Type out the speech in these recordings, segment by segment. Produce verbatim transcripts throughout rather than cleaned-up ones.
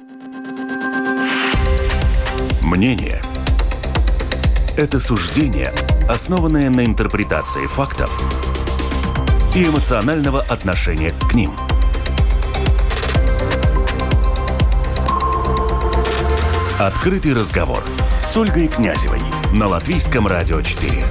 Мнение – это суждение, основанное на интерпретации фактов и эмоционального отношения к ним. Открытый разговор с Ольгой Князевой на Латвийском радио четыре.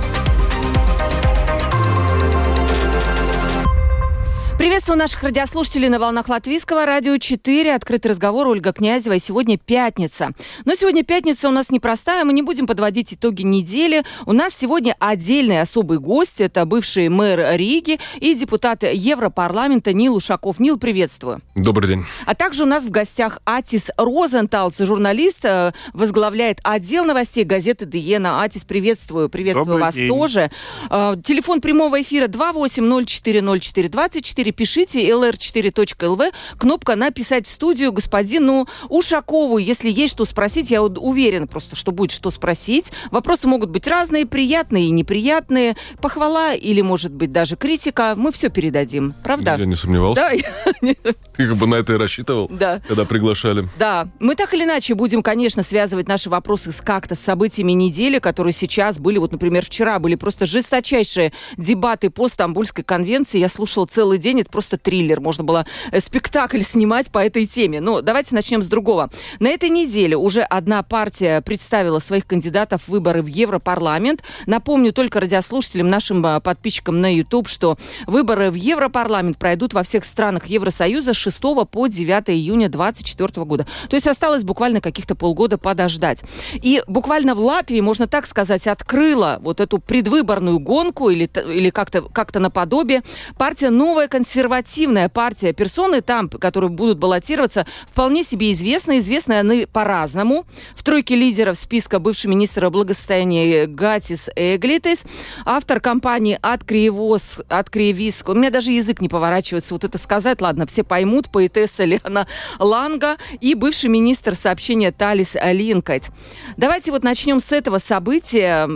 Приветствую наших радиослушателей на волнах Латвийского радио четыре. Открытый разговор, Ольга Князева. И сегодня пятница. Но сегодня пятница у нас непростая. Мы не будем подводить итоги недели. У нас сегодня отдельный особый гость. Это бывший мэр Риги и депутат Европарламента Нил Ушаков. Нил, приветствую. Добрый день. А также у нас в гостях Атис Розенталс, журналист, возглавляет отдел новостей газеты Диена. Атис, приветствую. Приветствую Добрый вас день. тоже. Телефон прямого эфира два восемь ноль четыре ноль четыре двадцать четыре. Пишите эл эр четыре точка эл ви, кнопка «Написать в студию» господину Ушакову. Если есть что спросить, я уверена просто, что будет что спросить. Вопросы могут быть разные, приятные и неприятные, похвала или, может быть, даже критика. Мы все передадим, правда? Я не сомневался. Да. Ты как бы на это и рассчитывал, да. Когда приглашали. Да. Мы так или иначе будем, конечно, связывать наши вопросы с как-то с событиями недели, которые сейчас были. Вот, например, вчера были просто жесточайшие дебаты по Стамбульской конвенции. Я слушала целый день. Это просто триллер. Можно было спектакль снимать по этой теме. Но давайте начнем с другого. На этой неделе уже одна партия представила своих кандидатов в выборы в Европарламент. Напомню только радиослушателям, нашим подписчикам на YouTube, что выборы в Европарламент пройдут во всех странах Евросоюза с шестого по девятое июня двадцать четвёртого года. То есть осталось буквально каких-то полгода подождать. И буквально в Латвии, можно так сказать, открыла вот эту предвыборную гонку или, или как-то, как-то наподобие партия «Новая консервативная партия». Персоны там, которые будут баллотироваться, вполне себе известны. Известны они по-разному. В тройке лидеров списка бывший министр благосостояния Гатис Эглитис, автор кампании «Откриевис», «Откриевис». У меня даже язык не поворачивается вот это сказать. Ладно, все поймут. Поэтесса Лиана Ланга и бывший министр сообщения Талис Линкайт. Давайте вот начнем с этого события.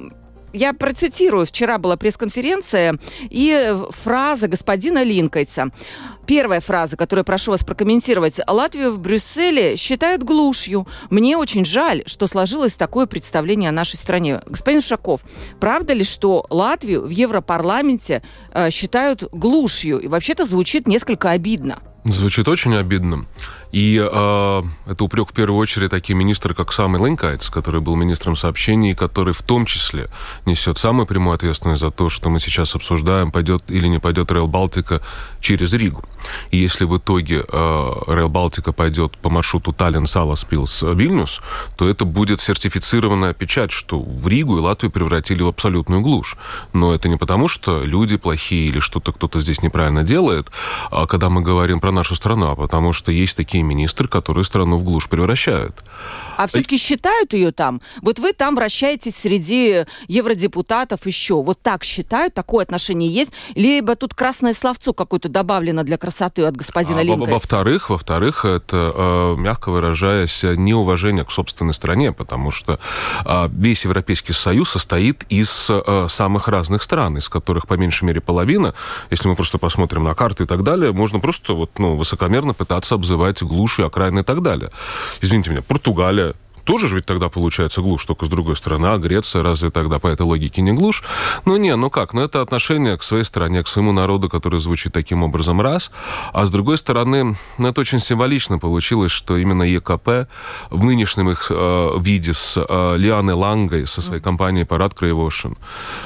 Я процитирую. Вчера была пресс-конференция и фраза господина Линкайца. Первая фраза, которую прошу вас прокомментировать. Латвию в Брюсселе считают глушью. Мне очень жаль, что сложилось такое представление о нашей стране. Господин Ушаков, правда ли, что Латвию в Европарламенте э, считают глушью? И вообще-то звучит несколько обидно. Звучит очень обидно. И э, это упрек в первую очередь такие министры, как сам Линкайтс, который был министром сообщений, который в том числе несет самую прямую ответственность за то, что мы сейчас обсуждаем, пойдет или не пойдет Рейл Балтика через Ригу. И если в итоге э, Рейл Балтика пойдет по маршруту Таллин-Саласпилс-Вильнюс, то это будет сертифицированная печать, что в Ригу и Латвию превратили в абсолютную глушь. Но это не потому, что люди плохие или что-то кто-то здесь неправильно делает, а когда мы говорим про нашу страну, а потому что есть такие министры, которые страну в глушь превращают. А все-таки считают ее там? Вот вы там вращаетесь среди евродепутатов еще. Вот так считают? Такое отношение есть? Либо тут красное словцо какое-то добавлено для красоты от господина а, Линкайца? Во-вторых, во-вторых, это, э, мягко выражаясь, неуважение к собственной стране, потому что э, весь Европейский Союз состоит из э, самых разных стран, из которых по меньшей мере половина, если мы просто посмотрим на карты и так далее, можно просто вот, ну, высокомерно пытаться обзывать глушью, окраины и так далее. Извините меня, Португалия тоже же ведь тогда получается глушь, только с другой стороны. А Греция разве тогда по этой логике не глушь? Ну не, ну как? Ну это отношение к своей стране, к своему народу, который звучит таким образом, раз. А с другой стороны, ну это очень символично получилось, что именно ЕКП в нынешнем их э, виде с э, Лианой Лангой, со своей компанией «Парад Криевошин»,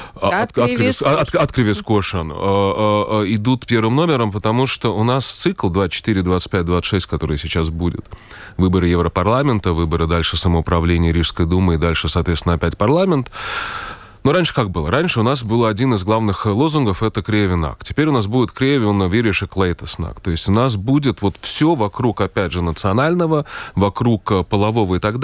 «Откривискошин» идут первым номером, потому что у нас цикл двадцать четыре, двадцать пять, двадцать шесть, который сейчас будет. Выборы Европарламента, выборы дальше самоуправления Рижской думы и дальше, соответственно, опять парламент. Но раньше как было? Раньше у нас был один из главных лозунгов – это «Криевинак». Теперь у нас будет «Криевина вириши клейтеснак». То есть у нас будет вот все вокруг, опять же, национального, вокруг полового и так далее,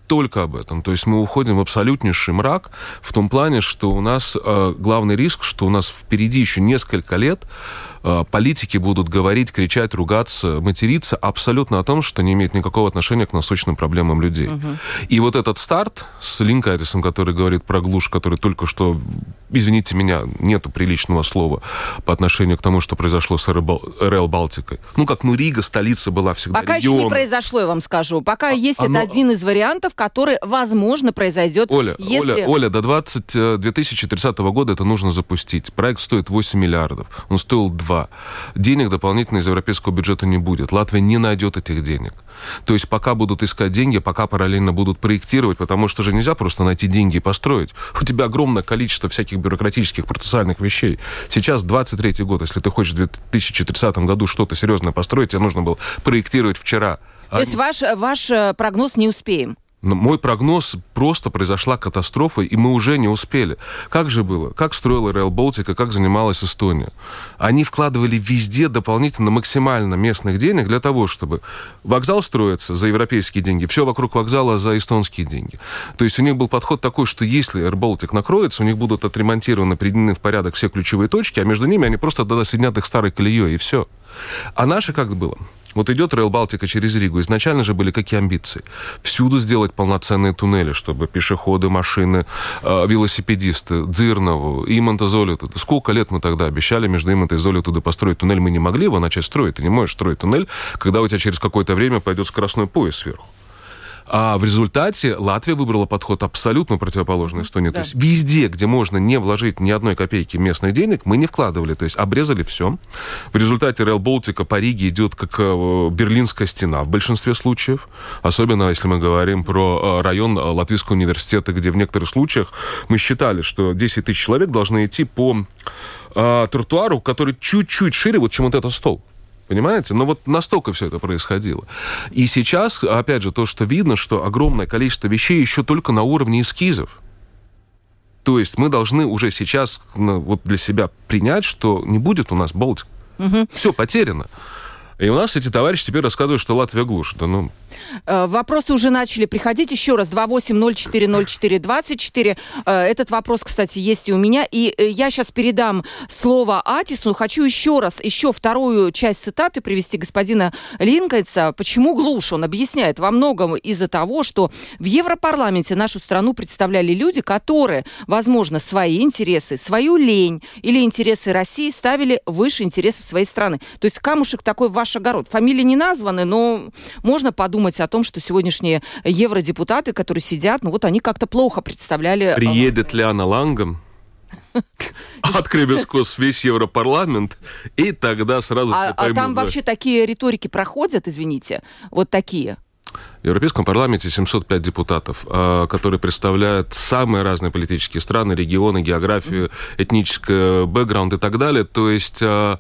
только об этом. То есть мы уходим в абсолютнейший мрак в том плане, что у нас э, главный риск, что у нас впереди еще несколько лет э, политики будут говорить, кричать, ругаться, материться абсолютно о том, что не имеет никакого отношения к насущным проблемам людей. Uh-huh. И вот этот старт с Линкайтисом, который говорит про глушь, который только что, извините меня, нету приличного слова по отношению к тому, что произошло с эр эл Балтикой. Ну, как ну Рига, столица была всегда Пока регионом. еще не произошло, я вам скажу. Пока а, есть оно... это один из вариантов, который, возможно, произойдет. Оля, если... Оля, Оля, до две тысячи тридцатого года это нужно запустить. Проект стоит восемь миллиардов. Он стоил два. Денег дополнительно из европейского бюджета не будет. Латвия не найдет этих денег. То есть пока будут искать деньги, пока параллельно будут проектировать, потому что же нельзя просто найти деньги и построить. У тебя огромное количество всяких бюрократических, процессуальных вещей. Сейчас двадцать третий год. Если ты хочешь в две тысячи тридцатом году что-то серьезное построить, тебе нужно было проектировать вчера. То а... есть ваш, ваш прогноз не успеем? Мой прогноз, просто произошла катастрофа, и мы уже не успели. Как же было? Как строила эр эл Балтика, как занималась Эстония? Они вкладывали везде дополнительно максимально местных денег для того, чтобы вокзал строится за европейские деньги, все вокруг вокзала за эстонские деньги. То есть у них был подход такой, что если эр Балтик накроется, у них будут отремонтированы, приведены в порядок все ключевые точки, а между ними они просто тогда соединят их старой колеей, и все. А наши как было? Вот идет эр эл Балтика через Ригу. Изначально же были какие амбиции? Всюду сделать полноценные туннели, чтобы пешеходы, машины, э, велосипедисты, Дзирнову, Иманта Золоту. Сколько лет мы тогда обещали между Имантой и Золоту построить туннель? Мы не могли его начать строить. Ты не можешь строить туннель, когда у тебя через какое-то время пойдет скоростной поезд сверху. А в результате Латвия выбрала подход абсолютно противоположный Эстонии. Да. То есть везде, где можно не вложить ни одной копейки местных денег, мы не вкладывали. То есть обрезали все. В результате эр эл Балтика по Риге идет как Берлинская стена в большинстве случаев. Особенно, если мы говорим про район Латвийского университета, где в некоторых случаях мы считали, что десять тысяч человек должны идти по э, тротуару, который чуть-чуть шире, вот, чем вот этот стол. Понимаете? Но вот настолько все это происходило. И сейчас, опять же, то, что видно, что огромное количество вещей еще только на уровне эскизов. То есть мы должны уже сейчас ну, вот для себя принять, что не будет у нас Балтик. Угу. Все потеряно. И у нас эти товарищи теперь рассказывают, что Латвия глушит. Да, ну... Вопросы уже начали приходить. Еще раз, два восемь ноль четыре ноль четыре двадцать четыре. Этот вопрос, кстати, есть и у меня. И я сейчас передам слово Атису. Хочу еще раз, еще вторую часть цитаты привести господина Линкайтса. Почему глушь? Он объясняет. Во многом из-за того, что в Европарламенте нашу страну представляли люди, которые, возможно, свои интересы, свою лень или интересы России ставили выше интересов своей страны. То есть камушек такой в ваш огород. Фамилии не названы, но можно подумать о том, что сегодняшние евродепутаты, которые сидят, ну вот они как-то плохо представляли... Приедет ли она Лангом? Откребескос весь Европарламент, и тогда сразу а, все поймут. А там да. вообще такие риторики проходят, извините, вот такие? В Европейском парламенте семьсот пять депутатов, которые представляют самые разные политические страны, регионы, географию, этнический бэкграунд и так далее. То есть...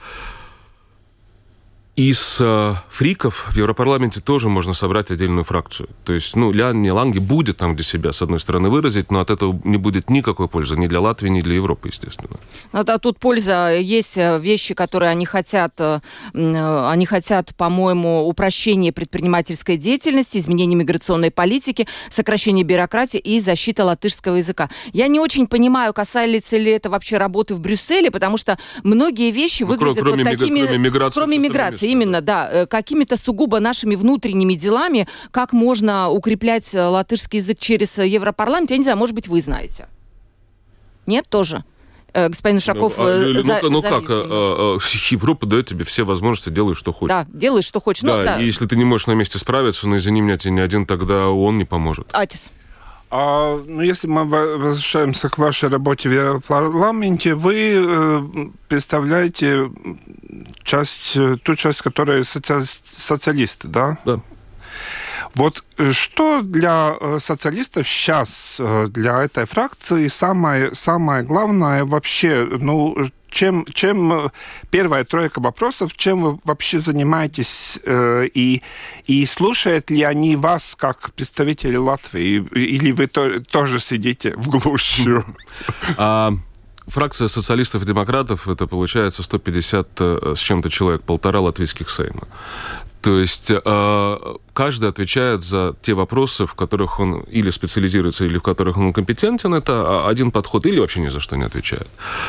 Из э, фриков в Европарламенте тоже можно собрать отдельную фракцию. То есть, ну, Ляни Ланге будет там, где себя, с одной стороны, выразить, но от этого не будет никакой пользы ни для Латвии, ни для Европы, естественно. А тут польза. Есть вещи, которые они хотят, они хотят, по-моему, упрощение предпринимательской деятельности, изменение миграционной политики, сокращение бюрократии и защита латышского языка. Я не очень понимаю, касается ли это вообще работы в Брюсселе, потому что многие вещи ну, выглядят кроме вот такими... Кроме миграции. Кроме миграции. Именно, да, какими-то сугубо нашими внутренними делами, как можно укреплять латышский язык через Европарламент, я не знаю, может быть, вы знаете. Нет, тоже? Господин Ушаков... Ну, а, за, ну, ну как, а, Европа дает тебе все возможности, делай, что хочешь. Да, делай, что хочешь. Да, ну, да. И если ты не можешь на месте справиться, ну, извини меня, тебе ни один тогда ООН не поможет. Атис. А, ну, если мы возвращаемся к вашей работе в Европарламенте, вы э, представляете часть, ту часть, которая соци... социалисты, да? Да. Вот что для социалистов сейчас, для этой фракции, самое, самое главное вообще, ну, чем, чем первая тройка вопросов, чем вы вообще занимаетесь, э, и, и слушают ли они вас как представители Латвии, или вы то, тоже сидите в глуши? Фракция социалистов и демократов, это получается сто пятьдесят с чем-то человек, полтора латвийских сейма. То есть каждый отвечает за те вопросы, в которых он или специализируется, или в которых он компетентен. Это один подход, или вообще ни за что не отвечает.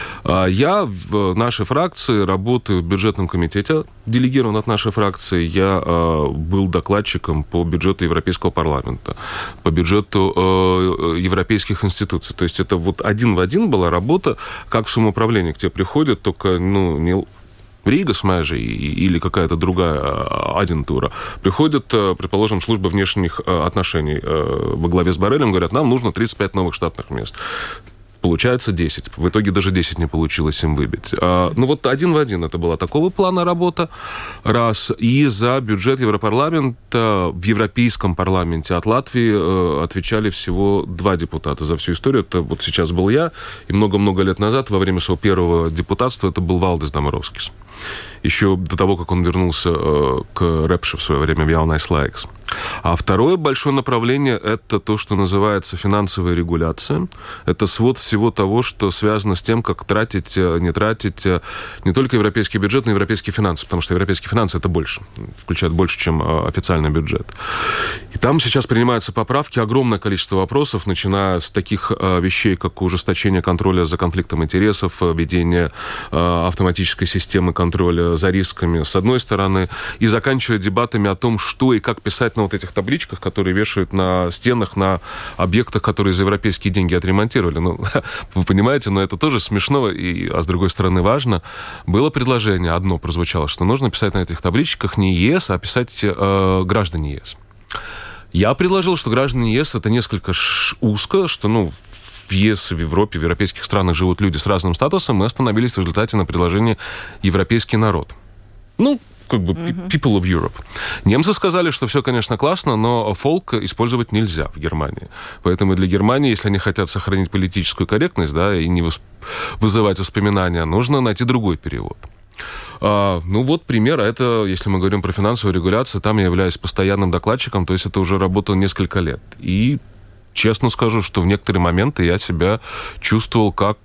Я в нашей фракции работаю в бюджетном комитете, делегирован от нашей фракции. Я был докладчиком по бюджету Европейского парламента, по бюджету европейских институций. То есть это вот один в один была работа, как в самоуправлении, к тебе приходят, только ну, не... Рига, Смежи или какая-то другая агентура, приходит, предположим, служба внешних отношений во главе с Борреллем, говорят, нам нужно тридцать пять новых штатных мест. Получается десять. В итоге даже десять не получилось им выбить. А, ну вот один в один это была такого плана работа. Раз. И за бюджет Европарламента в Европейском парламенте от Латвии э, отвечали всего два депутата за всю историю. Это вот сейчас был я, и много-много лет назад, во время своего первого депутатства, это был Валдис Домбровскис. Еще до того, как он вернулся э, к Репше в свое время в Jaunais laiks. А второе большое направление – это то, что называется финансовая регуляция. Это свод всего того, что связано с тем, как тратить, не тратить не только европейский бюджет, но и европейские финансы, потому что европейские финансы – это больше, включает больше, чем официальный бюджет. И там сейчас принимаются поправки, огромное количество вопросов, начиная с таких вещей, как ужесточение контроля за конфликтом интересов, введение автоматической системы контроля за рисками, с одной стороны, и заканчивая дебатами о том, что и как писать на вот этих табличках, которые вешают на стенах, на объектах, которые за европейские деньги отремонтировали. Ну, вы понимаете, но это тоже смешно, и, а с другой стороны важно. Было предложение, одно прозвучало, что нужно писать на этих табличках не ЕС, а писать э, граждане ЕС. Я предложил, что граждане ЕС это несколько узко, что, ну, в ЕС, в Европе, в европейских странах живут люди с разным статусом, мы остановились в результате на предложении «европейский народ». Ну, как бы uh-huh. people of Europe. Немцы сказали, что все, конечно, классно, но фолк использовать нельзя в Германии. Поэтому для Германии, если они хотят сохранить политическую корректность, да, и не вызывать воспоминания, нужно найти другой перевод. А, ну вот пример, а это, если мы говорим про финансовую регуляцию, там я являюсь постоянным докладчиком, то есть это уже работа несколько лет. И честно скажу, что в некоторые моменты я себя чувствовал как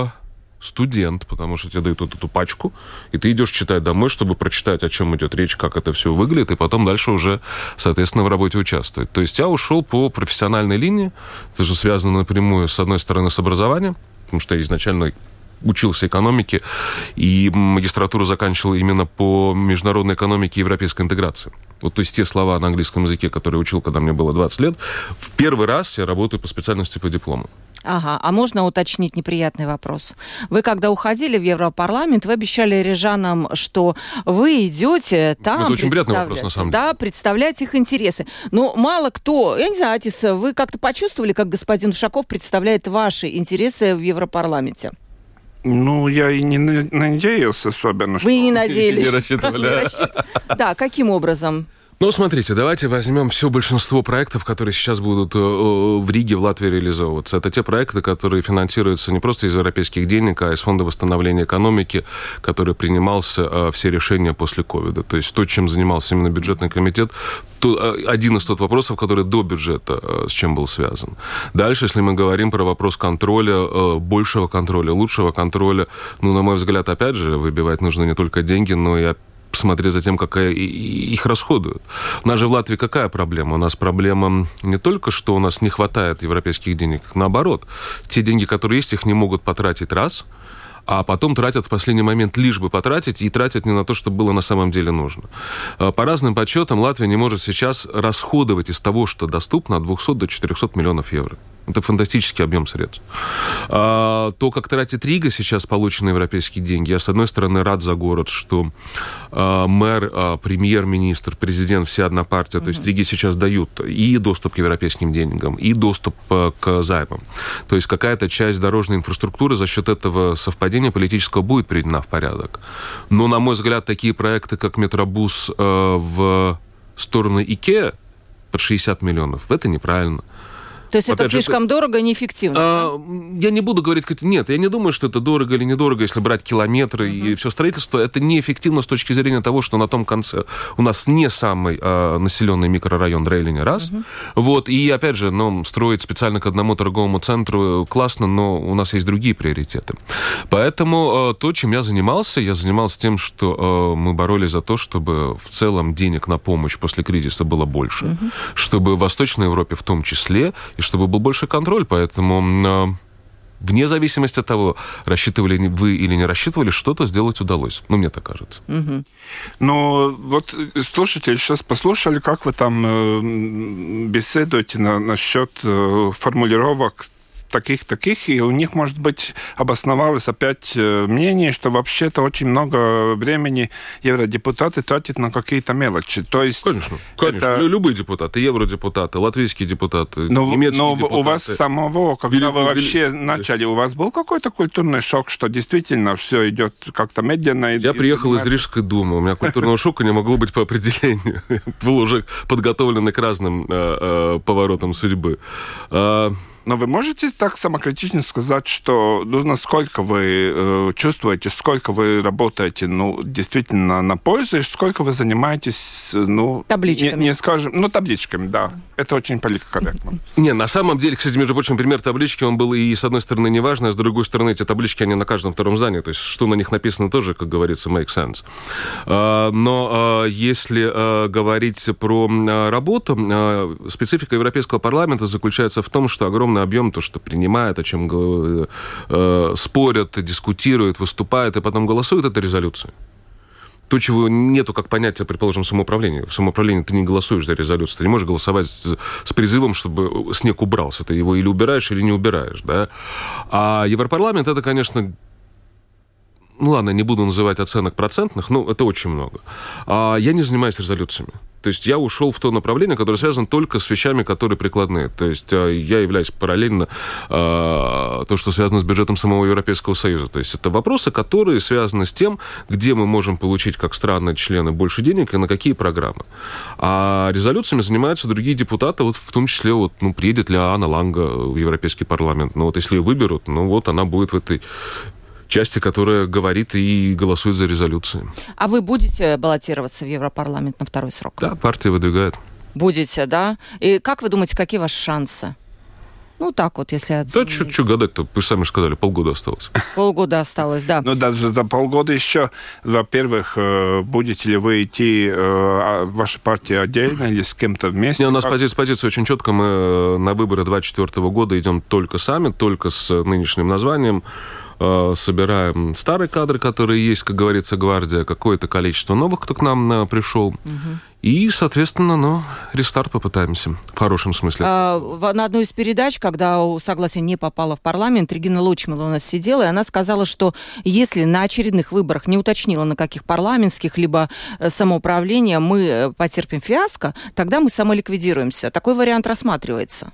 студент, потому что тебе дают вот эту пачку, и ты идешь читать домой, чтобы прочитать, о чем идет речь, как это все выглядит, и потом дальше уже, соответственно, в работе участвовать. То есть я ушел по профессиональной линии, это же связано напрямую, с одной стороны, с образованием, потому что я изначально учился экономике, и магистратуру заканчивал именно по международной экономике и европейской интеграции. Вот, то есть те слова на английском языке, которые учил, когда мне было двадцать лет, в первый раз я работаю по специальности по диплому. Ага, а можно уточнить неприятный вопрос? Вы, когда уходили в Европарламент, вы обещали рижанам, что вы идете там... Это очень приятный вопрос, на самом деле. Да, представлять их интересы. Но мало кто... Я не знаю, Атис, вы как-то почувствовали, как господин Ушаков представляет ваши интересы в Европарламенте? Ну, я и не надеялся особенно. Вы не надеялись. Не рассчитывали. Да, каким образом? Ну, смотрите, давайте возьмем все большинство проектов, которые сейчас будут в Риге, в Латвии реализовываться. Это те проекты, которые финансируются не просто из европейских денег, а из Фонда восстановления экономики, который принимался все решения после ковида. То есть то, чем занимался именно бюджетный комитет, то один из тот вопросов, который до бюджета с чем был связан. Дальше, если мы говорим про вопрос контроля, большего контроля, лучшего контроля, ну, на мой взгляд, опять же, выбивать нужно не только деньги, но и посмотреть за тем, как их расходуют. У нас же в Латвии какая проблема? У нас проблема не только, что у нас не хватает европейских денег, наоборот. Те деньги, которые есть, их не могут потратить раз, а потом тратят в последний момент лишь бы потратить, и тратят не на то, что было на самом деле нужно. По разным подсчетам Латвия не может сейчас расходовать из того, что доступно, от двухсот до четырехсот миллионов евро. Это фантастический объем средств. А, то, как тратит Рига сейчас полученные европейские деньги, я, с одной стороны, рад за город, что а, мэр, а, премьер-министр, президент, вся одна партия, mm-hmm. то есть Риге сейчас дают и доступ к европейским деньгам, и доступ а, к займам. То есть какая-то часть дорожной инфраструктуры за счет этого совпадения политического будет приведена в порядок. Но, на мой взгляд, такие проекты, как метробус а, в сторону Икеа под шестьдесят миллионов, это неправильно. То есть это слишком это... дорого и неэффективно? А, да? Я не буду говорить... Нет, я не думаю, что это дорого или недорого, если брать километры uh-huh. и все строительство. Это неэффективно с точки зрения того, что на том конце у нас не самый а, населенный микрорайон Рейлине, раз. Uh-huh. Вот, и опять же, ну, строить специально к одному торговому центру классно, но у нас есть другие приоритеты. Поэтому а, то, чем я занимался, я занимался тем, что а, мы боролись за то, чтобы в целом денег на помощь после кризиса было больше, uh-huh. чтобы в Восточной Европе в том числе, и чтобы был больше контроль. Поэтому вне зависимости от того, рассчитывали вы или не рассчитывали, что-то сделать удалось. Ну, мне так кажется. Угу. Ну, вот слушатели сейчас послушали, как вы там э, беседуете на, насчет э, формулировок таких-таких, и у них, может быть, обосновалось опять мнение, что вообще-то очень много времени евродепутаты тратят на какие-то мелочи. То есть конечно, конечно. Это... Любые депутаты, евродепутаты, латвийские депутаты, но, немецкие но депутаты. Но у вас самого, когда Вели... вы вообще Вели... начали, у вас был какой-то культурный шок, что действительно все идет как-то медленно? Я и... приехал и... из Рижской думы, у меня культурного шока не могло быть по определению. Был уже подготовленный к разным поворотам судьбы. Но вы можете так самокритично сказать, что ну, насколько вы э, чувствуете, сколько вы работаете, ну, действительно на пользу, и сколько вы занимаетесь, ну... Табличками. Не, не скажем, ну, табличками, да. Это очень политкорректно. Не, на самом деле, кстати, между прочим, пример таблички, он был и, с одной стороны, неважный, а с другой стороны, эти таблички, они на каждом втором здании, то есть, что на них написано тоже, как говорится, make sense. А, но а, если а, говорить про а, работу, а, специфика Европейского парламента заключается в том, что огромное объем, то, что принимают, о чем э, спорят, дискутируют, выступают и потом голосуют, это резолюции. То, чего нету как понятия, предположим, самоуправления. В самоуправлении ты не голосуешь за резолюцию, ты не можешь голосовать с, с призывом, чтобы снег убрался. Ты его или убираешь, или не убираешь. Да? А Европарламент, это, конечно... Ну ладно, не буду называть оценок процентных, но это очень много. А я не занимаюсь резолюциями. То есть я ушел в то направление, которое связано только с вещами, которые прикладные. То есть я являюсь параллельно а, то, что связано с бюджетом самого Европейского Союза. То есть это вопросы, которые связаны с тем, где мы можем получить как страны-члены больше денег и на какие программы. А резолюциями занимаются другие депутаты, вот в том числе вот, ну, приедет ли Анна Ланга в Европейский парламент. Ну вот если ее выберут, ну вот она будет в этой... части, которая говорит и голосует за резолюции. А вы будете баллотироваться в Европарламент на второй срок? Да, партия выдвигает. Будете, да? И как вы думаете, какие ваши шансы? Ну, так вот, если оценить. Да, что гадать-то? Вы сами же сказали, полгода осталось. Полгода осталось, да. Ну, даже за полгода еще, во-первых, будете ли вы идти, ваша партия отдельно или с кем-то вместе? Не, у нас позиция, позиция очень четкая. Мы на выборы двадцать четвёртого года идем только сами, только с нынешним названием. Собираем старые кадры, которые есть, как говорится, гвардия, какое-то количество новых, кто к нам пришел. Угу. И, соответственно, ну, рестарт попытаемся, в хорошем смысле. А, на одной из передач, когда «Согласие» не попало в парламент, Регина Лучмила у нас сидела, и она сказала, что если на очередных выборах, не уточнила, на каких парламентских, либо самоуправления, мы потерпим фиаско, тогда мы самоликвидируемся. Такой вариант рассматривается.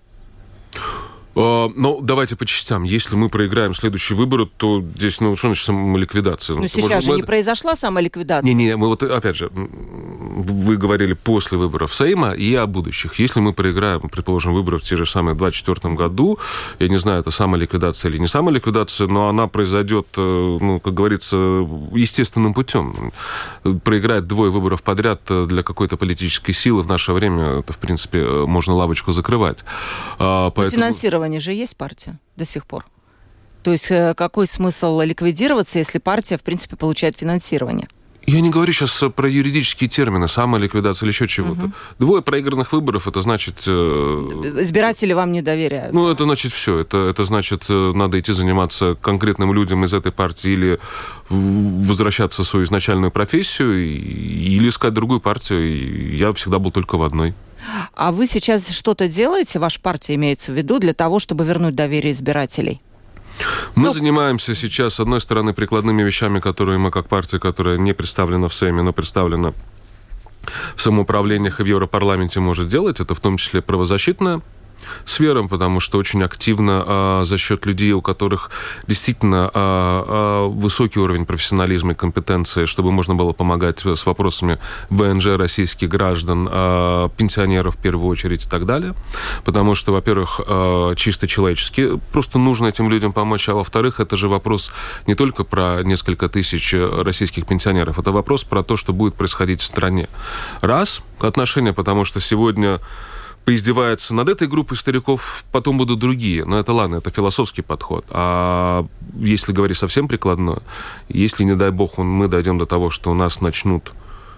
Ну, давайте по частям. Если мы проиграем следующие выборы, то здесь, ну, что значит самоликвидация? Но сейчас Может, же мы... не произошла самоликвидация. Не-не, мы вот, опять же, вы говорили после выборов Сейма и о будущих. Если мы проиграем, предположим, выборы в те же самые двадцать четвёртом году, я не знаю, это самоликвидация или не самоликвидация, но она произойдет, ну, как говорится, естественным путем. Проиграть двое выборов подряд для какой-то политической силы в наше время, это, в принципе, можно лавочку закрывать. Поэтому... Финансирование же есть партия до сих пор. То есть какой смысл ликвидироваться, если партия, в принципе, получает финансирование? Я не говорю сейчас про юридические термины, самоликвидация или еще чего-то. Угу. Двое проигранных выборов, это значит... Избиратели вам не доверяют. Ну, это значит все. Это, это значит, надо идти заниматься конкретным людям из этой партии или возвращаться в свою изначальную профессию, или искать другую партию. Я всегда был только в одной. А вы сейчас что-то делаете, ваша партия имеется в виду, для того, чтобы вернуть доверие избирателей? Мы ну, занимаемся сейчас, с одной стороны, прикладными вещами, которые мы, как партия, которая не представлена в Сейме, но представлена в самоуправлениях и в Европарламенте, может делать. Это в том числе правозащитное. С вером, потому что очень активно а, за счет людей, у которых действительно а, а, высокий уровень профессионализма и компетенции, чтобы можно было помогать с вопросами вэ эн жэ российских граждан, а, пенсионеров в первую очередь и так далее. Потому что, во-первых, а, чисто человечески просто нужно этим людям помочь, а во-вторых, это же вопрос не только про несколько тысяч российских пенсионеров, это вопрос про то, что будет происходить в стране. Раз, отношения, потому что сегодня поиздевается над этой группой стариков, потом будут другие. Но это ладно, это философский подход. А если говорить совсем прикладное, если, не дай бог, мы дойдем до того, что у нас начнут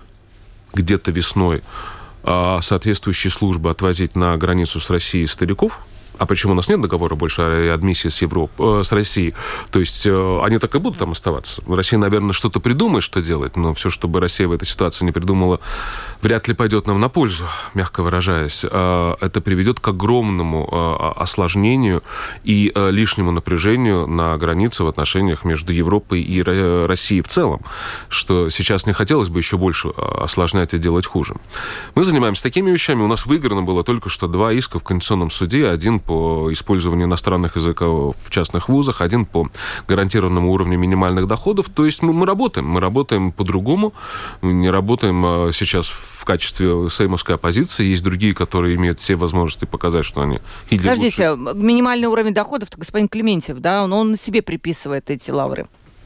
где-то весной соответствующие службы отвозить на границу с Россией стариков, а почему у нас нет договора больше о адмиссии с, Европой, с Россией, то есть они так и будут там оставаться. Россия, наверное, что-то придумает, что делать, но все, чтобы Россия в этой ситуации не придумала, вряд ли пойдет нам на пользу, мягко выражаясь. Это приведет к огромному осложнению и лишнему напряжению на границе в отношениях между Европой и Россией в целом, что сейчас не хотелось бы еще больше осложнять и делать хуже. Мы занимаемся такими вещами. У нас выиграно было только что два иска в Конституционном суде, один по использованию иностранных языков в частных вузах, один по гарантированному уровню минимальных доходов. То есть мы, мы работаем. Мы работаем по-другому. Мы не работаем сейчас в качестве сеймовской оппозиции. Есть другие, которые имеют все возможности показать, что они... Подождите, лучше. Минимальный уровень доходов, господин Клементьев, да, он, он себе приписывает эти лавры.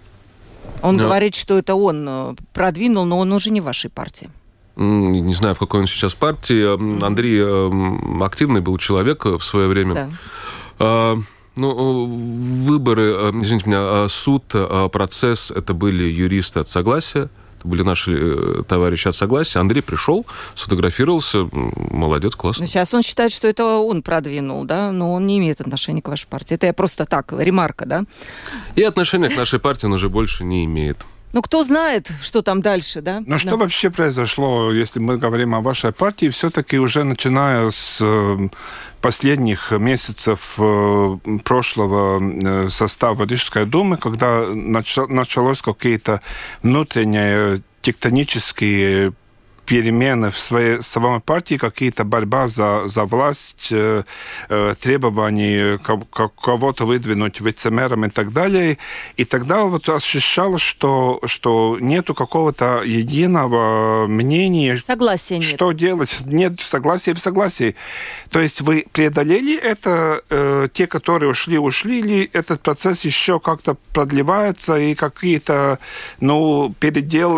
Он да. говорит, что это он продвинул, но он уже не в вашей партии. Не знаю, в какой он сейчас партии. Андрей активный был человек в свое время. Да. Ну, выборы, извините меня, суд, процесс, это были юристы от согласия, это были наши товарищи от согласия. Андрей пришел, сфотографировался, молодец, классно. Но сейчас он считает, что это он продвинул, да, но он не имеет отношения к вашей партии. Это я просто так, ремарка, да? И отношения к нашей партии он уже больше не имеет. Ну, кто знает, что там дальше, да? Ну, что да. вообще произошло, если мы говорим о вашей партии, все-таки уже начиная с последних месяцев прошлого состава Рижской думы, когда началось какие-то внутренние тектонические перемены в своей самой партии, какие-то борьба за, за власть, э, э, требования кого-то выдвинуть вице-мэром и так далее. И тогда вот ощущалось, что, что нету какого-то единого мнения. Согласия нет. Что делать? Нет согласия в согласии. То есть вы преодолели это, э, те, которые ушли, ушли, или этот процесс еще как-то продлевается, и какие-то, ну, передел,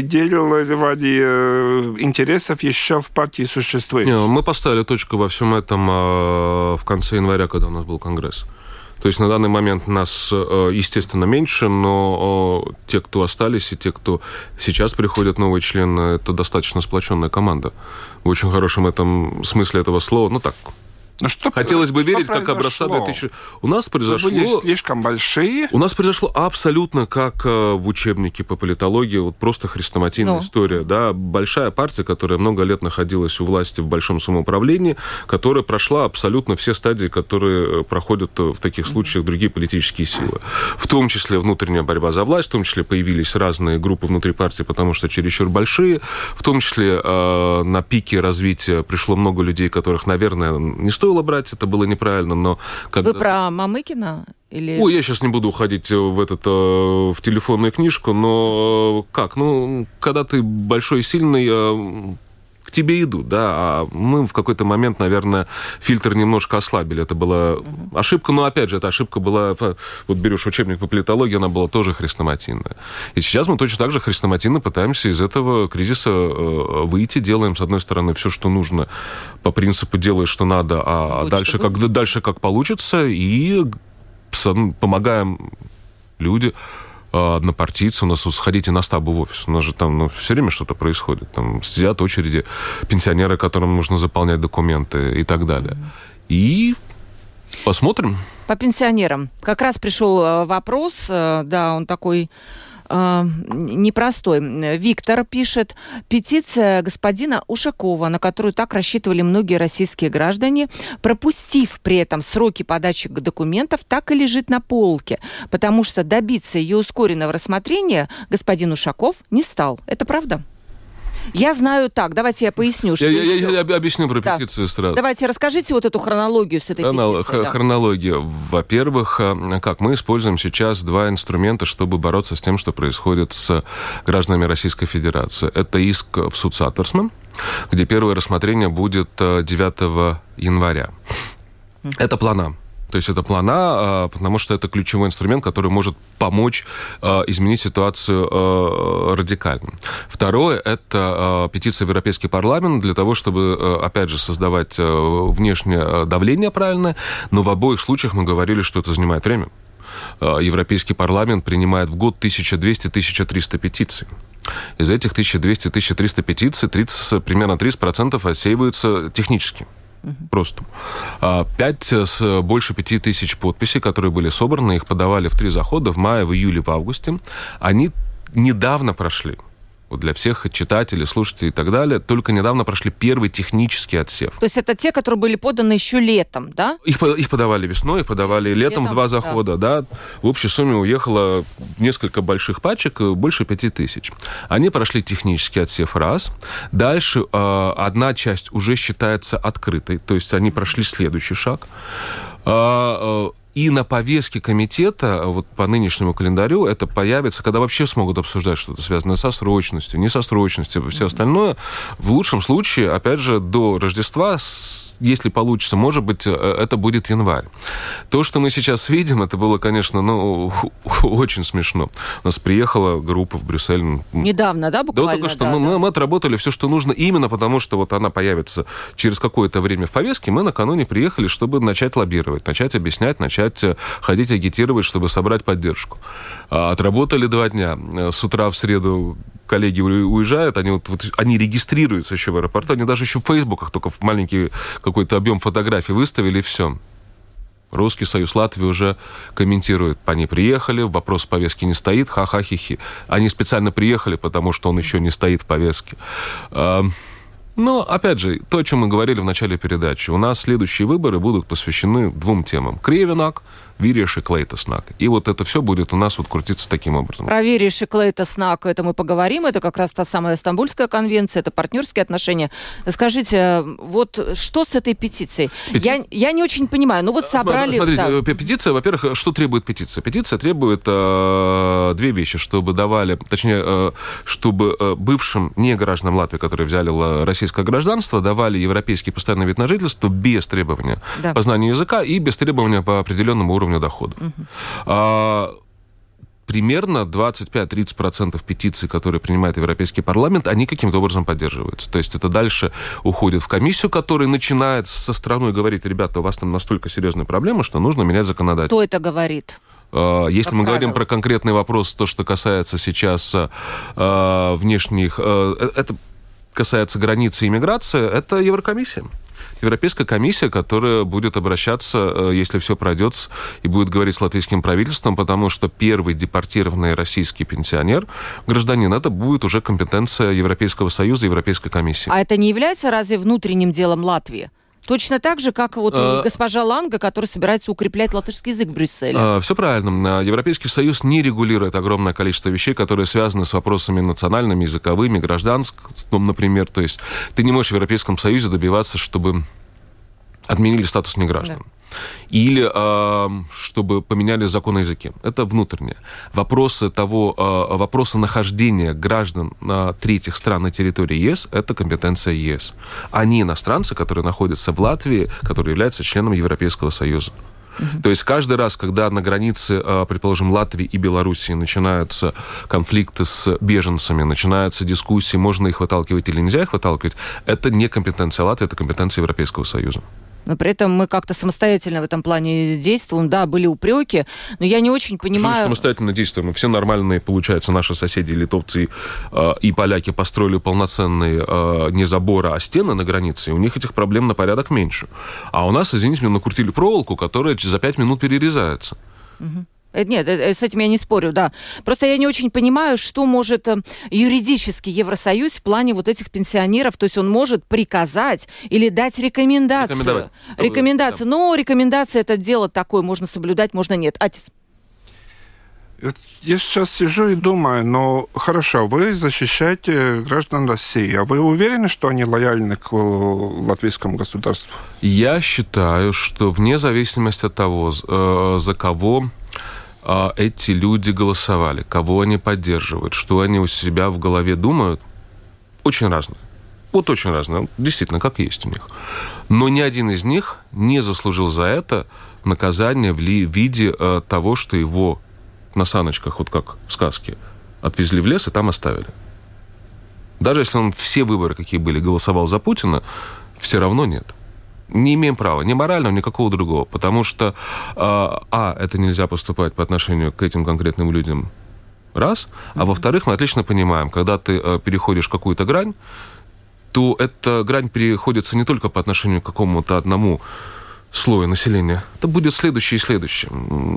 переделывания интересов еще в партии существует? Не, мы поставили точку во всем этом в конце января, когда у нас был конгресс. То есть на данный момент нас, естественно, меньше, но те, кто остались, и те, кто сейчас приходят, новые члены, это достаточно сплоченная команда. В очень хорошем этом смысле этого слова. Ну так, Но что, хотелось бы что верить, произошло? как образца две тысячи... У нас произошло... Вы были слишком большие? У нас произошло абсолютно как в учебнике по политологии, вот просто хрестоматийная ну. история. Да? Большая партия, которая много лет находилась у власти в большом самоуправлении, которая прошла абсолютно все стадии, которые проходят в таких случаях другие политические силы. В том числе внутренняя борьба за власть, в том числе появились разные группы внутри партии, потому что чересчур большие, в том числе э, на пике развития пришло много людей, которых, наверное, не стоит стоило брать, это было неправильно, но... Когда... Вы про Мамыкина? Или... Ой, я сейчас не буду уходить в, этот, в телефонную книжку, но как? Ну, когда ты большой и сильный, к тебе идут, да, а мы в какой-то момент, наверное, фильтр немножко ослабили. Это была uh-huh. ошибка, но, опять же, эта ошибка была... Вот берешь учебник по политологии, она была тоже хрестоматийная. И сейчас мы точно так же хрестоматийно пытаемся из этого кризиса выйти, делаем, с одной стороны, все, что нужно, по принципу делай, что надо, а Лучше дальше как, дальше как получится, и помогаем люди... однопартийцы, у нас сходите на стабу в офис, у нас же там ну, все время что-то происходит, там сидят очереди пенсионеры, которым нужно заполнять документы и так далее. И посмотрим. По пенсионерам. Как раз пришел вопрос, да, он такой... непростой. Виктор пишет: петиция господина Ушакова, на которую так рассчитывали многие российские граждане, пропустив при этом сроки подачи документов, так и лежит на полке, потому что добиться ее ускоренного рассмотрения господин Ушаков не стал. Это правда? Я знаю так, давайте я поясню, что Я, еще... я, я объясню про да. петицию сразу. Давайте расскажите вот эту хронологию с этой Хронол... петицией. Да. Хронология. Во-первых, как мы используем сейчас два инструмента, чтобы бороться с тем, что происходит с гражданами Российской Федерации. Это иск в суд Саттерсмен, где первое рассмотрение будет девятого января. Mm-hmm. Это плана. То есть это плана, потому что это ключевой инструмент, который может помочь изменить ситуацию радикально. Второе – это петиция в Европейский парламент для того, чтобы, опять же, создавать внешнее давление правильное, но в обоих случаях мы говорили, что это занимает время. Европейский парламент принимает в год тысяча двести - тысяча триста петиций. Из этих тысяча двести - тысяча триста петиций тридцать, примерно тридцать процентов отсеиваются технически. Просто. Пять, больше пяти тысяч подписей, которые были собраны, их подавали в три захода, в мае, в июле, в августе. Они недавно прошли. Вот для всех читателей, слушателей и так далее, только недавно прошли первый технический отсев. То есть это те, которые были поданы еще летом, да? Их, их подавали весной, их подавали летом, летом в два захода, да. да. В общей сумме уехало несколько больших пачек, больше пяти тысяч. Они прошли технический отсев раз. Дальше э, одна часть уже считается открытой, то есть они прошли следующий шаг. Э, э, И на повестке комитета, вот по нынешнему календарю, это появится, когда вообще смогут обсуждать что-то связанное со срочностью, не со срочностью, все остальное. В лучшем случае, опять же, до Рождества, если получится, может быть, это будет январь. То, что мы сейчас видим, это было, конечно, ну, очень смешно. У нас приехала группа в Брюссель. Недавно, да, буквально? Да, только что. Да, мы, да. мы отработали все, что нужно, именно потому, что вот она появится через какое-то время в повестке. Мы накануне приехали, чтобы начать лоббировать, начать объяснять, начать ходить агитировать, чтобы собрать поддержку. Отработали два дня. С утра в среду коллеги уезжают, они, вот, вот, они регистрируются еще в аэропорту, они даже еще в Фейсбуках только в маленький какой-то объем фотографий выставили, и все. Русский Союз Латвии уже комментирует. Они приехали, вопрос в повестке не стоит, ха-ха-хи-хи. Они специально приехали, потому что он еще не стоит в повестке. Но, опять же, то, о чем мы говорили в начале передачи, у нас следующие выборы будут посвящены двум темам. Кривенак, Вириш и Клейтаснак. И вот это все будет у нас вот крутиться таким образом. Про Вириш и Клейтаснак это мы поговорим. Это как раз та самая Стамбульская конвенция, это партнерские отношения. Скажите, вот что с этой петицией? Пети... Я, я не очень понимаю. Ну вот собрали... Смотрите, да. петиция, во-первых, что требует петиция? Петиция требует э, две вещи, чтобы давали, точнее, э, чтобы э, бывшим негражданам Латвии, которые взяли российское гражданство, давали европейский постоянный вид на жительство без требования да. познания языка и без требования по определенному уровню дохода. Uh-huh. А, примерно двадцать пять - тридцать процентов петиций, которые принимает Европейский парламент, они каким-то образом поддерживаются. То есть это дальше уходит в комиссию, которая начинает со страной говорить: ребята, у вас там настолько серьезная проблема, что нужно менять законодательство. Кто это говорит? Если как мы правило. говорим про конкретный вопрос, то, что касается сейчас э, внешних... Э, это касается границы и иммиграции, это Еврокомиссия. Европейская комиссия, которая будет обращаться, если все пройдет, и будет говорить с латвийским правительством, потому что первый депортированный российский пенсионер, гражданин, это будет уже компетенция Европейского Союза, Европейской комиссии. А это не является разве внутренним делом Латвии? Точно так же, как вот а, госпожа Ланга, которая собирается укреплять латышский язык в Брюсселе. А, все правильно. Европейский Союз не регулирует огромное количество вещей, которые связаны с вопросами национальными, языковыми, гражданским, например. То есть ты не можешь в Европейском Союзе добиваться, чтобы отменили статус неграждан. Да. Или э, чтобы поменяли закон о языке. Это внутреннее. Вопросы того, э, вопросы нахождения граждан э, третьих стран на территории ЕС – это компетенция ЕС. Они иностранцы, которые находятся в Латвии, которые являются членом Европейского Союза. Uh-huh. То есть каждый раз, когда на границе, предположим, Латвии и Белоруссии начинаются конфликты с беженцами, начинаются дискуссии, можно их выталкивать или нельзя их выталкивать, это не компетенция Латвии, это компетенция Европейского Союза. Но при этом мы как-то самостоятельно в этом плане действуем. Да, были упреки, но я не очень понимаю... Что самостоятельно действуем? Все нормальные, получается, наши соседи, литовцы э, и поляки построили полноценные э, не заборы, а стены на границе, и у них этих проблем на порядок меньше. А у нас, извините меня, накрутили проволоку, которая за пять минут перерезается. Угу. Нет, с этим я не спорю, да. Просто я не очень понимаю, что может юридически Евросоюз в плане вот этих пенсионеров, то есть он может приказать или дать рекомендацию. Рекомендацию. Да. Но рекомендация — это дело такое, можно соблюдать, можно нет. Атис. Я сейчас сижу и думаю, ну, хорошо, вы защищаете граждан России, а вы уверены, что они лояльны к латвийскому государству? Я считаю, что вне зависимости от того, за кого эти люди голосовали, кого они поддерживают, что они у себя в голове думают, очень разные. Вот очень разные, действительно, как есть у них. Но ни один из них не заслужил за это наказание в виде того, что его на саночках, вот как в сказке, отвезли в лес и там оставили. Даже если он все выборы, какие были, голосовал за Путина, все равно нет. Не имеем права, ни морального, ни какого другого. Потому что, а, это нельзя поступать по отношению к этим конкретным людям, раз. А во-вторых, мы отлично понимаем, когда ты переходишь какую-то грань, то эта грань переходится не только по отношению к какому-то одному слоя населения. Это будет следующее и следующее.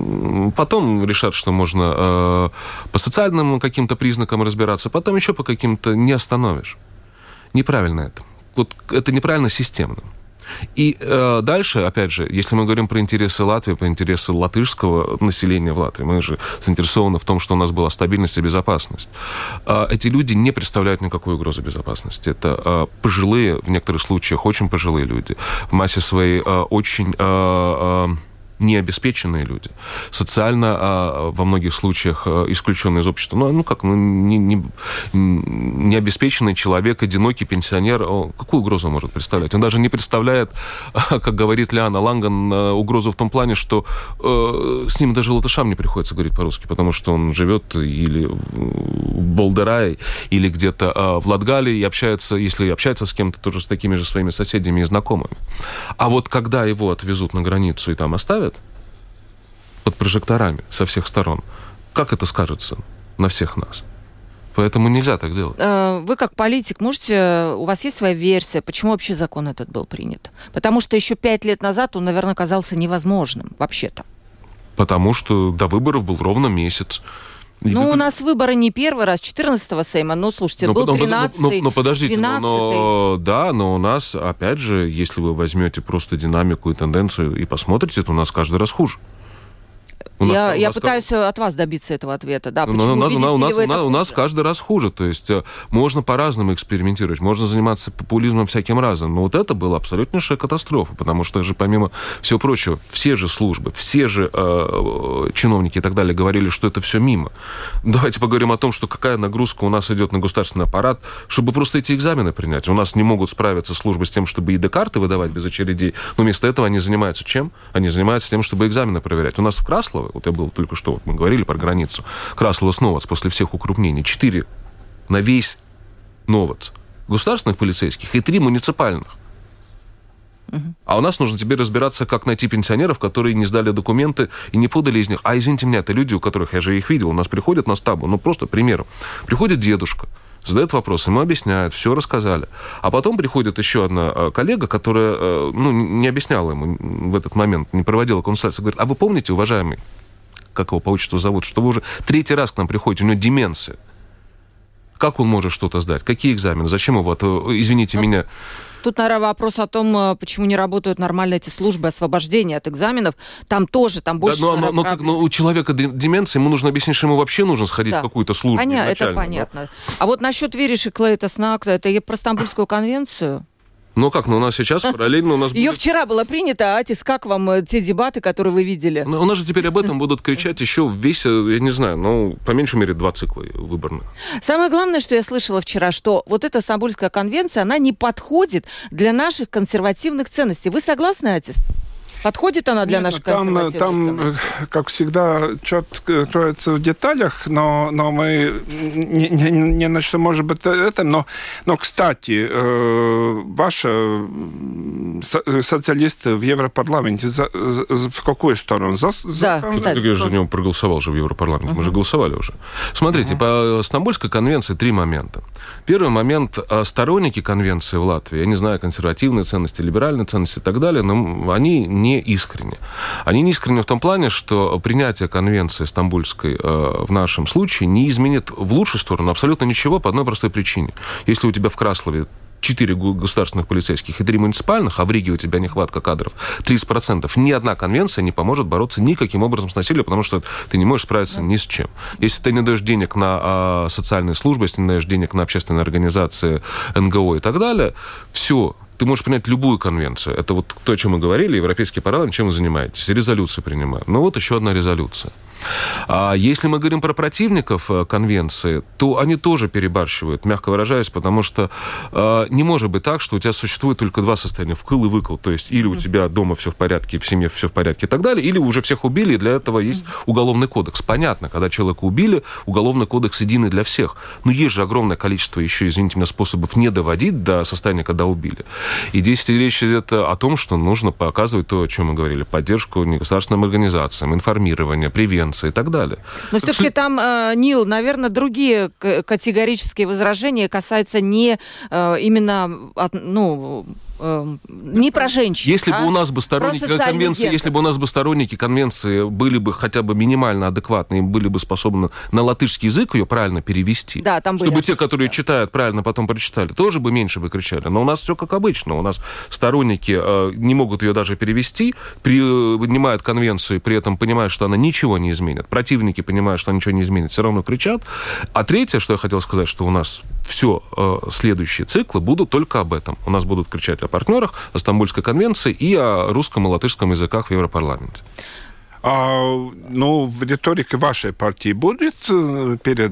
Потом решат, что можно э, по социальным каким-то признакам разбираться, потом еще по каким-то не остановишь. Неправильно это. Вот это неправильно системно. И э, дальше, опять же, если мы говорим про интересы Латвии, про интересы латышского населения в Латвии, мы же заинтересованы в том, что у нас была стабильность и безопасность. Э, эти люди не представляют никакой угрозы безопасности. Это э, пожилые, в некоторых случаях очень пожилые люди, в массе своей э, очень... Э, э, необеспеченные люди, социально а, во многих случаях а, исключенные из общества. Ну, ну как, ну, не, не, необеспеченный человек, одинокий пенсионер, он, какую угрозу может представлять? Он даже не представляет, как говорит Лиана Ланган, угрозу в том плане, что э, с ним даже латышам не приходится говорить по-русски, потому что он живет или в Болдерае, или где-то э, в Латгалии и общается, если общается с кем-то, тоже с такими же своими соседями и знакомыми. А вот когда его отвезут на границу и там оставят, под прожекторами со всех сторон. Как это скажется на всех нас? Поэтому нельзя так делать. Вы как политик можете... У вас есть своя версия, почему вообще закон этот был принят? Потому что еще пять лет назад он, наверное, казался невозможным вообще-то. Потому что до выборов был ровно месяц. И ну, вы... у нас выборы не первый раз, четырнадцатого Сейма, ну, слушайте, но, был тринадцатый, но, но, но подождите, двенадцатый. Но, да, но у нас, опять же, если вы возьмете просто динамику и тенденцию и посмотрите, то у нас каждый раз хуже. У нас, я у я пытаюсь как... от вас добиться этого ответа. Да, почему, у нас, видите у нас, ли вы это у нас каждый раз хуже. То есть можно по-разному экспериментировать, можно заниматься популизмом всяким разным. Но вот это была абсолютнейшая катастрофа, потому что же, помимо всего прочего, все же службы, все же э, чиновники и так далее говорили, что это все мимо. Давайте поговорим о том, что какая нагрузка у нас идет на государственный аппарат, чтобы просто эти экзамены принять. У нас не могут справиться службы с тем, чтобы и ИД-карты выдавать без очередей, но вместо этого они занимаются чем? Они занимаются тем, чтобы экзамены проверять. У нас в Краслово, вот я был только что, вот мы говорили про границу, Краслово-Сновац после всех укрупнений, четыре на весь Новац государственных полицейских и три муниципальных. Uh-huh. А у нас нужно теперь разбираться, как найти пенсионеров, которые не сдали документы и не подали из них. А извините меня, это люди, у которых, я же их видел, у нас приходят на стабу, ну просто примером. Приходит дедушка, задает вопрос, ему объясняют, все рассказали. А потом приходит еще одна коллега, которая ну, не объясняла ему в этот момент, не проводила консультацию, говорит, а вы помните, уважаемый, как его по отчеству зовут, что вы уже третий раз к нам приходите, у него деменция. Как он может что-то сдать? Какие экзамены? Зачем его? Извините ну, меня. Тут, наверное, вопрос о том, почему не работают нормально эти службы освобождения от экзаменов. Там тоже, там больше... Да, но, но, но, как, но у человека деменция, ему нужно объяснить, что ему вообще нужно сходить да. в какую-то службу. Поня... Это понятно. Но... А вот насчет Вериши Клейта Снакта, это про Стамбульскую конвенцию? Ну как, ну у нас сейчас параллельно у нас Ее будет... вчера было принято, а Атис, как вам те дебаты, которые вы видели? Ну, у нас же теперь об этом будут кричать еще весь, я не знаю, ну, по меньшей мере, два цикла выборных. Самое главное, что я слышала вчера, что вот эта Стамбульская конвенция, она не подходит для наших консервативных ценностей. Вы согласны, Атис? Подходит она для Нет, наших там, консервативных там, ценностей? Как всегда, четко кроется в деталях, но, но мы не, не, не на что может быть это. Но, но кстати, э, ваши социалисты в Европарламенте за, за, в какую сторону? За, да, за... кстати. Я же за него проголосовал же в Европарламенте. Uh-huh. Мы же голосовали уже. Смотрите, uh-huh. по Стамбульской конвенции три момента. Первый момент. Сторонники конвенции в Латвии, я не знаю, консервативные ценности, либеральные ценности и так далее, но они не не искренне. Они не искренне в том плане, что принятие конвенции Стамбульской э, в нашем случае не изменит в лучшую сторону абсолютно ничего по одной простой причине. Если у тебя в Краслове четыре государственных полицейских и три муниципальных, а в Риге у тебя нехватка кадров тридцать процентов, ни одна конвенция не поможет бороться никаким образом с насилием, потому что ты не можешь справиться ни с чем. Если ты не даешь денег на а, социальные службы, если не даешь денег на общественные организации, эн гэ о и так далее, все. Ты можешь принять любую конвенцию. Это вот то, о чем мы говорили, Европейский парламент, чем вы занимаетесь? Резолюцию принимает. Ну вот еще одна резолюция. А если мы говорим про противников конвенции, то они тоже перебарщивают, мягко выражаясь, потому что э, не может быть так, что у тебя существует только два состояния, вкл и выкл. То есть или у тебя дома все в порядке, в семье все в порядке и так далее, или уже всех убили, и для этого есть уголовный кодекс. Понятно, когда человека убили, уголовный кодекс единый для всех. Но есть же огромное количество еще, извините меня, способов не доводить до состояния, когда убили. И здесь речь идет о том, что нужно показывать то, о чем мы говорили, поддержку негосударственным организациям, информирование, превенцию и так далее. Но так все-таки что... там, э, Нил, наверное, другие категорические возражения касаются не э, именно, от, ну... не про женщин. Если а? бы у нас бы сторонники конвенции, гендер. если бы у нас бы сторонники конвенции были бы хотя бы минимально адекватны и были бы способны на латышский язык ее правильно перевести, да, там чтобы были. те, которые да. читают, правильно потом прочитали, тоже бы меньше бы кричали. Но у нас все как обычно. У нас сторонники э, не могут ее даже перевести, принимают конвенцию, при этом понимают, что она ничего не изменит. Противники понимают, что она ничего не изменит, все равно кричат. А третье, что я хотел сказать, что у нас все э, следующие циклы будут только об этом. У нас будут кричать о партнерах, о Стамбульской конвенции и о русском и латышском языках в Европарламенте. А, ну, в риторике вашей партии будет перед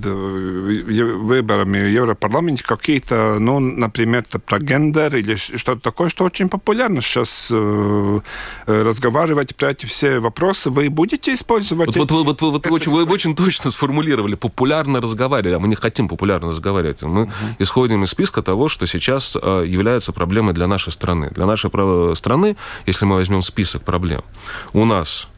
выборами в Европарламенте какие-то, ну, например, про гендер или что-то такое, что очень популярно сейчас э, разговаривать про эти все вопросы. Вы будете использовать... Вот, эти... вот, вот, вот, вот очень, вы очень точно сформулировали. Популярно разговаривать. А мы не хотим популярно разговаривать. Мы uh-huh. исходим из списка того, что сейчас э, является проблемой для нашей страны. Для нашей страны, если мы возьмем список проблем, у нас...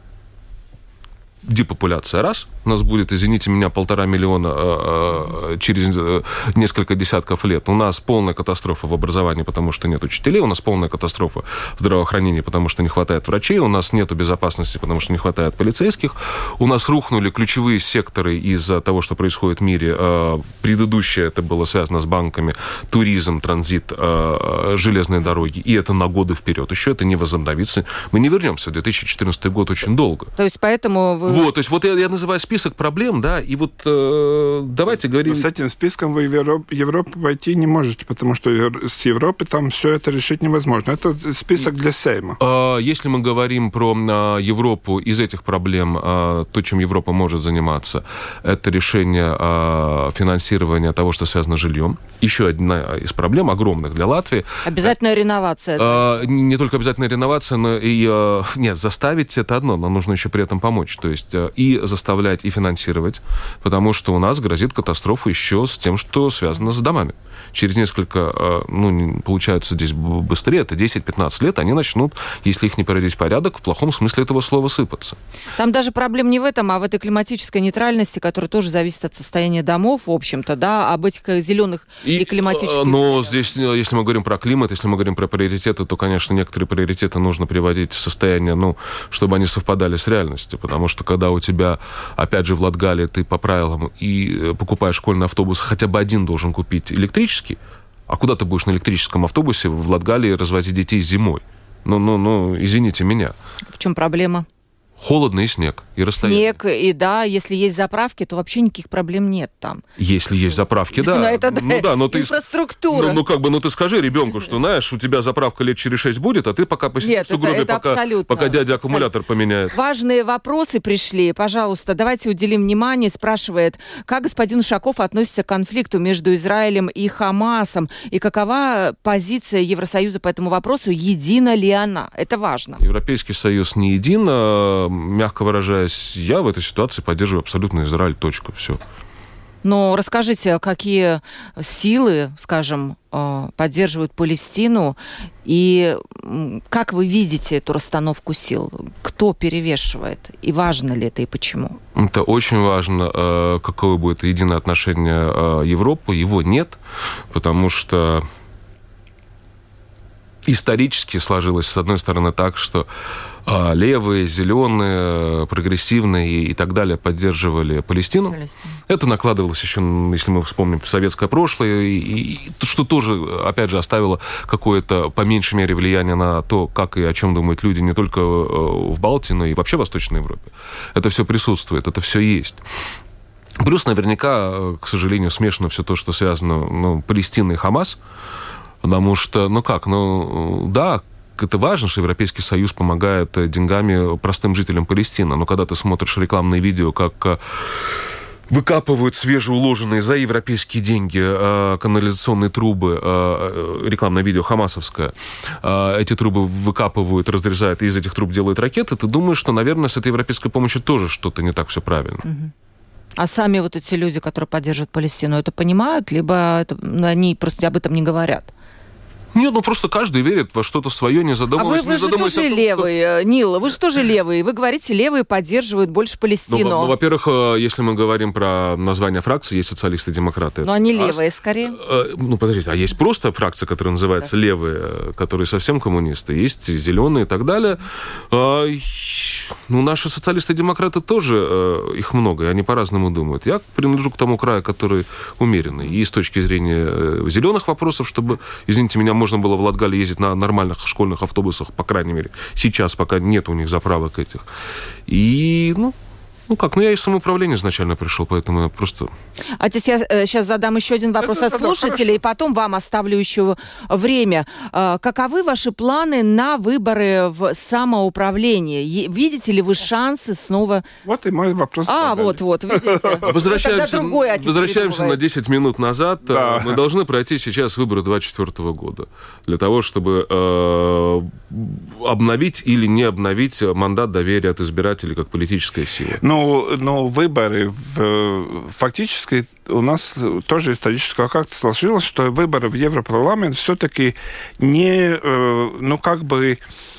депопуляция раз, у нас будет, извините меня, полтора миллиона э, э, через э, несколько десятков лет. У нас полная катастрофа в образовании, потому что нет учителей, у нас полная катастрофа в здравоохранении, потому что не хватает врачей, у нас нет безопасности, потому что не хватает полицейских, у нас рухнули ключевые секторы из-за того, что происходит в мире. Э, предыдущее это было связано с банками, туризм, транзит, э, железные дороги, и это на годы вперед. Еще это не возобновится. Мы не вернемся в две тысячи четырнадцатый год очень долго. То есть поэтому вы... Вот, то есть вот я, я называю список проблем, да, и вот э, давайте говорим... Но с этим списком вы в Европу, Европу войти не можете, потому что с Европы там все это решить невозможно. Это список для Сейма. Если мы говорим про Европу, из этих проблем, то, чем Европа может заниматься, это решение финансирования того, что связано с жильем. Еще одна из проблем огромных для Латвии. Обязательная реновация. Да? Не только обязательная реновация, но и... Нет, заставить это одно, но нужно еще при этом помочь. То есть и заставлять, и финансировать, потому что у нас грозит катастрофа еще с тем, что связано с домами. Через несколько, ну, получается здесь быстрее, это десять-пятнадцать лет, они начнут, если их не приводить в порядок, в плохом смысле этого слова сыпаться. Там даже проблема не в этом, а в этой климатической нейтральности, которая тоже зависит от состояния домов, в общем-то, да, об этих зеленых и, и климатических... Но здесь, если мы говорим про климат, если мы говорим про приоритеты, то, конечно, некоторые приоритеты нужно приводить в состояние, ну, чтобы они совпадали с реальностью, потому что когда у тебя, опять же, в Латгалии ты по правилам и покупаешь школьный автобус, хотя бы один должен купить электрический, а куда ты будешь на электрическом автобусе в Латгалии развозить детей зимой? Ну, ну, ну, извините меня. В чем проблема? Холодно и снег, и расстояние. Снег, и да, если есть заправки, то вообще никаких проблем нет там. Если есть заправки, да. Ну, это, ну, да, но ты, инфраструктура. Ну, ну, как бы, ну, ты скажи ребенку, что, знаешь, у тебя заправка лет через шесть будет, а ты пока посидишь в сугробе, пока, пока дядя аккумулятор поменяет. Важные вопросы пришли. Пожалуйста, давайте уделим внимание. Спрашивает, как господин Ушаков относится к конфликту между Израилем и Хамасом, и какова позиция Евросоюза по этому вопросу, едина ли она? Это важно. Европейский Союз не един. Мягко выражаясь, я в этой ситуации поддерживаю абсолютно Израиль, точка, все. Но расскажите, какие силы, скажем, поддерживают Палестину, и как вы видите эту расстановку сил? Кто перевешивает? И важно ли это, и почему? Это очень важно, какое будет единое отношение Европы. Его нет, потому что исторически сложилось, с одной стороны, так, что э, левые, зеленые, прогрессивные и так далее поддерживали Палестину. Палестина. Это накладывалось еще, если мы вспомним, в советское прошлое, и, и, что тоже, опять же, оставило какое-то, по меньшей мере, влияние на то, как и о чем думают люди не только в Балтии, но и вообще в Восточной Европе. Это все присутствует, это все есть. Плюс, наверняка, к сожалению, смешано все то, что связано, ну, Палестина и Хамас, потому что, ну как, ну да, это важно, что Европейский Союз помогает деньгами простым жителям Палестины, но когда ты смотришь рекламные видео, как выкапывают свежеуложенные за европейские деньги канализационные трубы, рекламное видео хамасовское, эти трубы выкапывают, разрезают, и из этих труб делают ракеты, ты думаешь, что, наверное, с этой европейской помощью тоже что-то не так все правильно. Угу. А сами вот эти люди, которые поддерживают Палестину, это понимают, либо это, они просто об этом не говорят? Нет, ну просто каждый верит во что-то свое, не задумываясь. А вы, вы не же тоже том, левый, что... Нил, вы же тоже левый. Вы говорите, левые поддерживают больше Палестину. Ну, ну, во-первых, если мы говорим про название фракции, есть социалисты-демократы. Но они левые, а, скорее. Ну, подождите, а есть просто фракция, которая называется да. левые, которые совсем коммунисты. Есть зеленые и так далее. Ну, наши социалисты-демократы тоже, их много, и они по-разному думают. Я принадлежу к тому краю, который умеренный. И с точки зрения зеленых вопросов, чтобы, извините меня, можно было в Латгале ездить на нормальных школьных автобусах, по крайней мере, сейчас, пока нет у них заправок этих. И, ну, ну как, ну я из самоуправления изначально пришел, поэтому я просто... Отец, я э, сейчас задам еще один вопрос это, от слушателей, и потом вам оставлю еще время. Э, каковы ваши планы на выборы в самоуправление? Е- видите ли вы шансы снова... Вот и мой вопрос. А, вот-вот, видите. Возвращаемся, возвращаемся на десять минут назад. Да. Мы должны пройти сейчас выборы двадцать четвёртого года для того, чтобы э, обновить или не обновить мандат доверия от избирателей как политическая сила. Ну, но выборы, в, фактически у нас тоже исторически как-то сложилось, что выборы в Европарламент все-таки не, ну, как бы,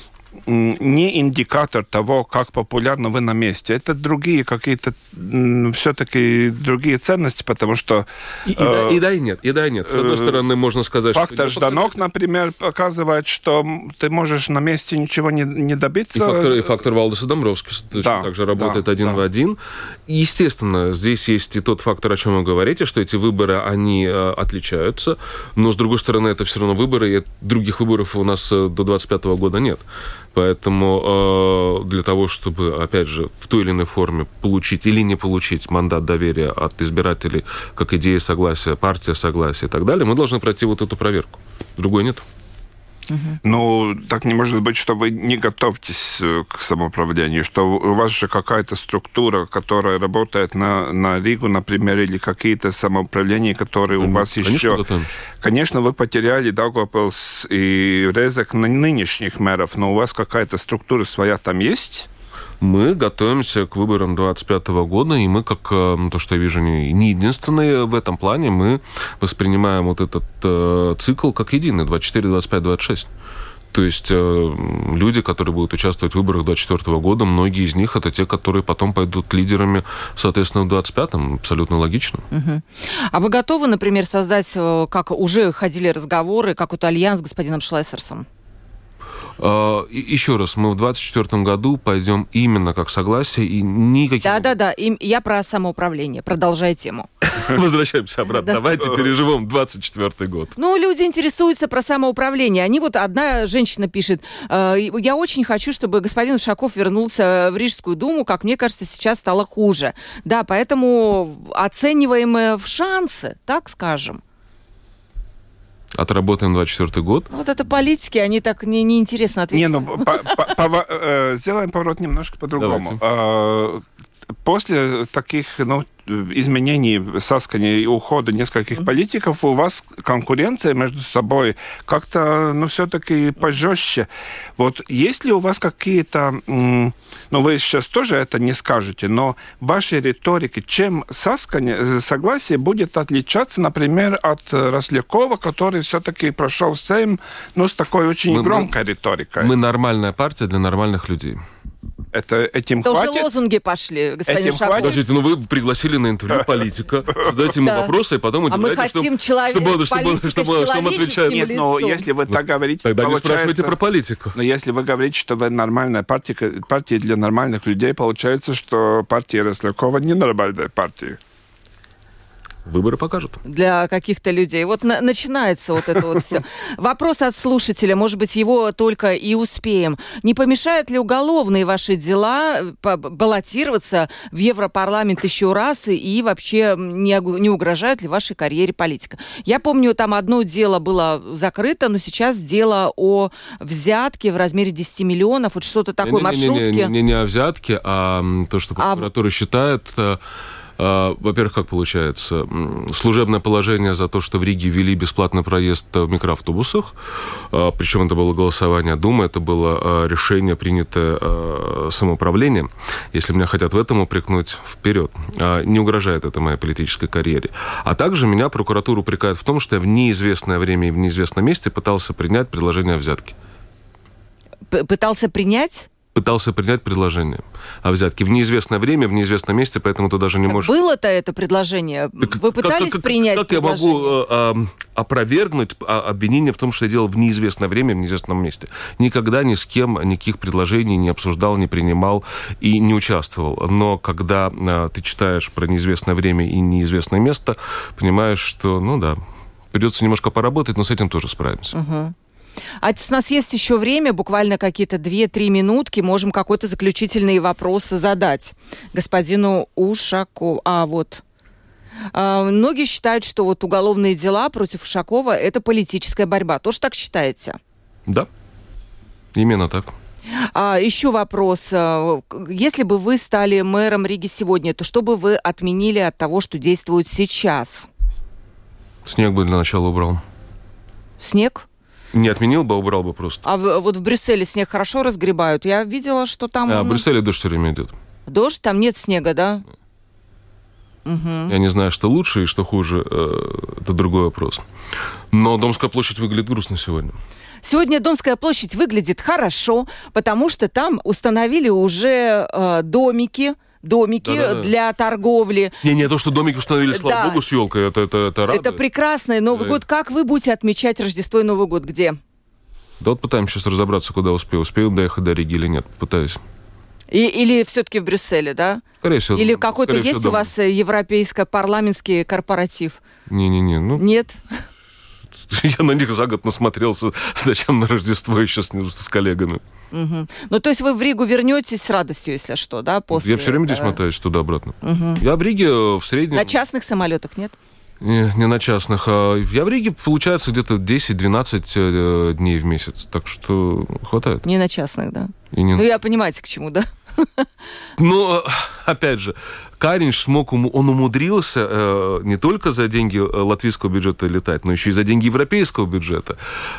не индикатор того, как популярно вы на месте. Это другие какие-то, все-таки другие ценности, потому что... И, и, э, да, и да, и нет. И да, и нет. С одной стороны, можно сказать, фактор что... Фактор Жданок, например, показывает, что ты можешь на месте ничего не, не добиться. И фактор, и фактор Валдиса Домбровскис да, также работает да, один да. в один. И, естественно, здесь есть и тот фактор, о чем вы говорите, что эти выборы, они э, отличаются, но, с другой стороны, это все равно выборы, и других выборов у нас до двадцать пятого года нет. Поэтому э, для того, чтобы, опять же, в той или иной форме получить или не получить мандат доверия от избирателей, как идея согласия, партия согласия и так далее, мы должны пройти вот эту проверку. Другой нет. Угу. Ну, так не может быть, что вы не готовитесь к самоуправлению, что у вас же какая-то структура, которая работает на, на Ригу, например, или какие-то самоуправления, которые угу. у вас Конечно, еще... Готовимся. Конечно, вы потеряли Даугавпилс и Резек на нынешних мэров, но у вас какая-то структура своя там есть? Мы готовимся к выборам двадцать пятого года, и мы, как то, что я вижу, не, не единственные в этом плане, мы воспринимаем вот этот э, цикл как единый, двадцать четыре, двадцать пять, двадцать шесть. То есть э, люди, которые будут участвовать в выборах двадцать четвёртого года, многие из них это те, которые потом пойдут лидерами, соответственно, в двадцать пятом. Абсолютно логично. Угу. А вы готовы, например, создать, как уже ходили разговоры, как вот альянс с господином Шлессерсом? Еще раз, мы в двадцать четвёртом году пойдем именно как согласие и никаких... Да-да-да, я про самоуправление. Продолжай тему. Возвращаемся обратно. Давайте переживем двадцать четвёртый год. Ну, люди интересуются про самоуправление. Они вот, одна женщина пишет, я очень хочу, чтобы господин Ушаков вернулся в Рижскую думу. Как мне кажется, сейчас стало хуже. Да, поэтому оцениваем шансы, так скажем. Отработаем двадцать четвёртый год. Вот это политики, они так не, неинтересно отвечают. Не, ну, по, по, по, э, сделаем поворот немножко по-другому. Э, после таких, ну, изменений, саскания и ухода нескольких mm-hmm. политиков, у вас конкуренция между собой как-то, ну, все-таки пожестче. Вот есть ли у вас какие-то, ну, вы сейчас тоже это не скажете, но в вашей риторике, чем саскание, согласие будет отличаться, например, от Рослякова, который все-таки прошел Сейм, ну, с такой очень мы, громкой мы, риторикой? Мы нормальная партия для нормальных людей. Это этим Тоже хватит? лозунги пошли, господин Этим Ушаков. Подождите, ну вы пригласили на интервью политика, задайте ему Да. вопросы, и потом А мы удивляйтесь, хотим что, человека, чтобы, чтобы, политика чтобы, с что он отвечает. человеческим Нет, но лицом. если вы так говорите, Тогда не получается... спрашивайте про политику. Но если вы говорите, что вы нормальная партия, партия для нормальных людей, получается, что партия Рослякова ненормальная партия. Выборы покажут. Для каких-то людей. Вот на- начинается вот это вот все. Вопрос от слушателя, может быть, его только и успеем. Не помешают ли уголовные ваши дела по- баллотироваться в Европарламент еще раз и, и вообще не, огу- не угрожают ли вашей карьере политика? Я помню, там одно дело было закрыто, но сейчас дело о взятке в размере десять миллионов, вот что-то такое, маршрутки. Не, не, не о взятке, а м, то, что прокуратура а... считает... Во-первых, как получается, служебное положение за то, что в Риге ввели бесплатный проезд в микроавтобусах, причем это было голосование Думы, это было решение, принятое самоуправлением. Если меня хотят в этом упрекнуть, вперед. Не угрожает это моей политической карьере. А также меня прокуратура упрекает в том, что я в неизвестное время и в неизвестном месте пытался принять предложение о взятке. П- пытался принять? Пытался принять предложение о взятке в неизвестное время, в неизвестном месте, поэтому ты даже не можешь... Было-то это предложение? Так Вы пытались как, как, принять как предложение? Как я могу э, э, опровергнуть обвинение в том, что я делал в неизвестное время, в неизвестном месте? Никогда ни с кем никаких предложений не обсуждал, не принимал и не участвовал. Но когда э, ты читаешь про неизвестное время и неизвестное место, понимаешь, что, ну да, придется немножко поработать, но с этим тоже справимся. Угу. А у нас есть еще время, буквально какие-то две-три минутки, можем какой-то заключительные вопросы задать господину Ушакову. А, вот. А, многие считают, что вот уголовные дела против Ушакова – это политическая борьба. Тоже так считаете? Да, именно так. А, еще вопрос. Если бы вы стали мэром Риги сегодня, то что бы вы отменили от того, что действует сейчас? Снег бы для начала убрал. Снег? Не отменил бы, а убрал бы просто. А в, вот в Брюсселе снег хорошо разгребают? Я видела, что там... А, в Брюсселе дождь все время идет. Дождь? Там нет снега, да? Угу. Я не знаю, что лучше и что хуже. Это другой вопрос. Но Домская площадь выглядит грустно сегодня. Сегодня Домская площадь выглядит хорошо, потому что там установили уже э, домики, домики Да-да-да. для торговли. Не, не, то, что домики установили, слава Да. богу, с елкой, это, это, это радует. Это прекрасный Новый Да. год. Как вы будете отмечать Рождество и Новый год? Где? Да вот пытаемся сейчас разобраться, куда успею. Успею доехать до Риги или нет, пытаюсь. И, или все-таки в Брюсселе, да? Скорее всего. Или какой-то скорее есть всего, у вас европейско-парламентский корпоратив? Не-не-не, ну... Нет? Я на них за год насмотрелся, зачем на Рождество еще с, с коллегами. Угу. Ну, то есть вы в Ригу вернетесь с радостью, если что, да? После... Я все время здесь мотаюсь туда-обратно. Угу. Я в Риге в среднем... На частных самолетах, нет? Не, не на частных. А я в Риге, получается, где-то десять-двенадцать дней в месяц. Так что хватает. Не на частных, да? И не... Ну, я понимаете, к чему, да? Ну, опять же, Каринч смог, он умудрился э, не только за деньги латвийского бюджета летать, но еще и за деньги европейского бюджета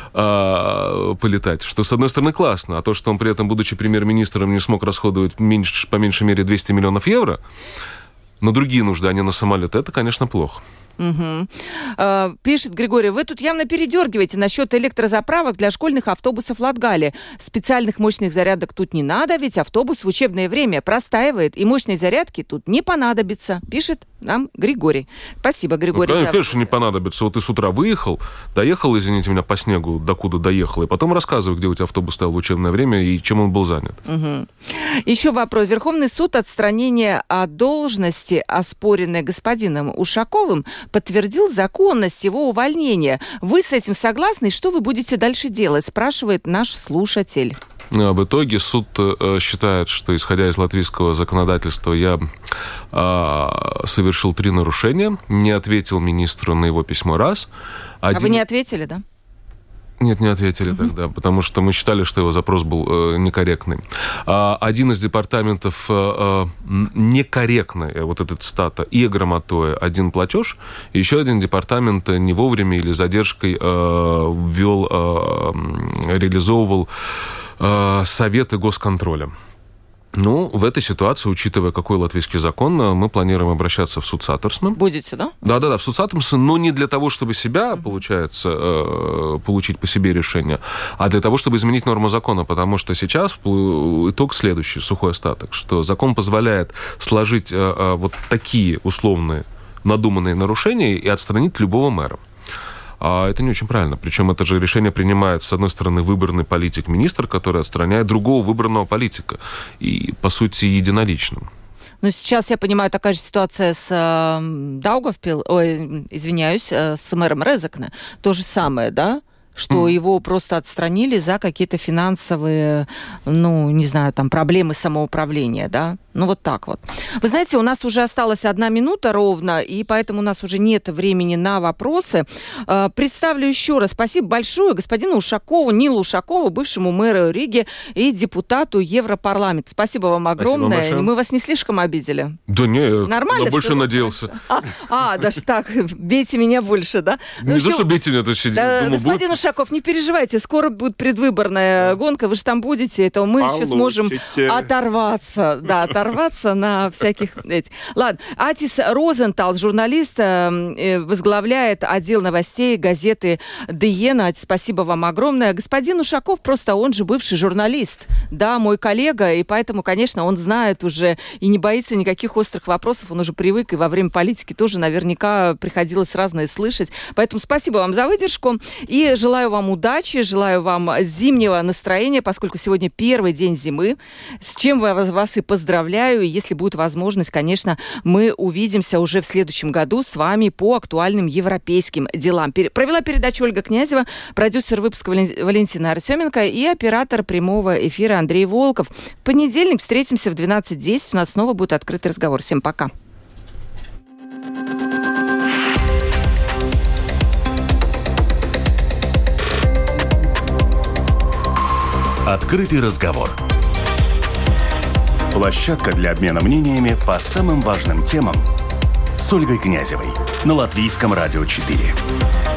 э, полетать, что, с одной стороны, классно, а то, что он при этом, будучи премьер-министром, не смог расходовать меньше, по меньшей мере двести миллионов евро на другие нужды, а не на самолеты, это, конечно, плохо. Угу. А, пишет Григорий, вы тут явно передергиваете насчет электрозаправок для школьных автобусов Латгалии. Специальных мощных зарядок тут не надо, ведь автобус в учебное время простаивает, и мощной зарядки тут не понадобится, пишет нам Григорий. Спасибо, Григорий. Ну, конечно, не понадобится. Вот ты с утра выехал, доехал, извините меня, по снегу, докуда доехал, и потом рассказывай, где у тебя автобус стоял в учебное время и чем он был занят. Угу. Еще вопрос. Верховный суд отстранение от должности, оспоренное господином Ушаковым, подтвердил законность его увольнения. Вы с этим согласны? Что вы будете дальше делать? Спрашивает наш слушатель. В итоге суд э, считает, что, исходя из латвийского законодательства, я э, совершил три нарушения, не ответил министру на его письмо раз. Один... А вы не ответили, да? Нет, не ответили uh-huh. тогда, потому что мы считали, что его запрос был э, некорректный. А, один из департаментов э, э, некорректный, вот эта цитата, и грамотой один платеж, и еще один департамент не вовремя или задержкой э, ввел, э, реализовывал э, советы госконтроля. Ну, в этой ситуации, учитывая, какой латвийский закон, мы планируем обращаться в суд Сатверсме. Будете, да? Да-да-да, в суд Сатверсме, но не для того, чтобы себя, mm-hmm. получается, получить по себе решение, а для того, чтобы изменить норму закона, потому что сейчас итог следующий, сухой остаток, что закон позволяет сложить вот такие условные надуманные нарушения и отстранить любого мэра. А это не очень правильно. Причем это же решение принимает, с одной стороны, выбранный политик-министр, который отстраняет другого выбранного политика. И, по сути, единоличным. Но сейчас, я понимаю, такая же ситуация с э, Даугавпил, ой, извиняюсь, э, с мэром Резекне. То же самое, да? Что mm. его просто отстранили за какие-то финансовые, ну, не знаю, там, проблемы самоуправления, да? Ну, вот так вот. Вы знаете, у нас уже осталась одна минута ровно, и поэтому у нас уже нет времени на вопросы. Представлю еще раз. Спасибо большое господину Ушакову, Нилу Ушакову, бывшему мэру Риги и депутату Европарламента. Спасибо вам огромное. Спасибо. Мы вас не слишком обидели? Да не, нормально, я больше надеялся. А, а, даже так, бейте меня больше, да? Не ну, то, что бейте меня, то сидите. Да, господин будет... Ушаков, не переживайте, скоро будет предвыборная гонка, вы же там будете, это мы Получите. еще сможем оторваться, да, оторваться. Оторваться на всяких... Этих. Ладно. Атис Розентал, журналист, возглавляет отдел новостей газеты «Диена». Спасибо вам огромное. Господин Ушаков, просто он же бывший журналист, да, мой коллега, и поэтому, конечно, он знает уже и не боится никаких острых вопросов, он уже привык, и во время политики тоже наверняка приходилось разное слышать. Поэтому спасибо вам за выдержку, и желаю вам удачи, желаю вам зимнего настроения, поскольку сегодня первый день зимы, с чем вас и поздравляю. И если будет возможность, конечно, мы увидимся уже в следующем году с вами по актуальным европейским делам. Пер... Провела передачу Ольга Князева, продюсер выпуска Валентина Артеменко и оператор прямого эфира Андрей Волков. В понедельник встретимся в двенадцать десять. У нас снова будет открытый разговор. Всем пока. Открытый разговор. Площадка для обмена мнениями по самым важным темам с Ольгой Князевой на Латвийском радио четыре.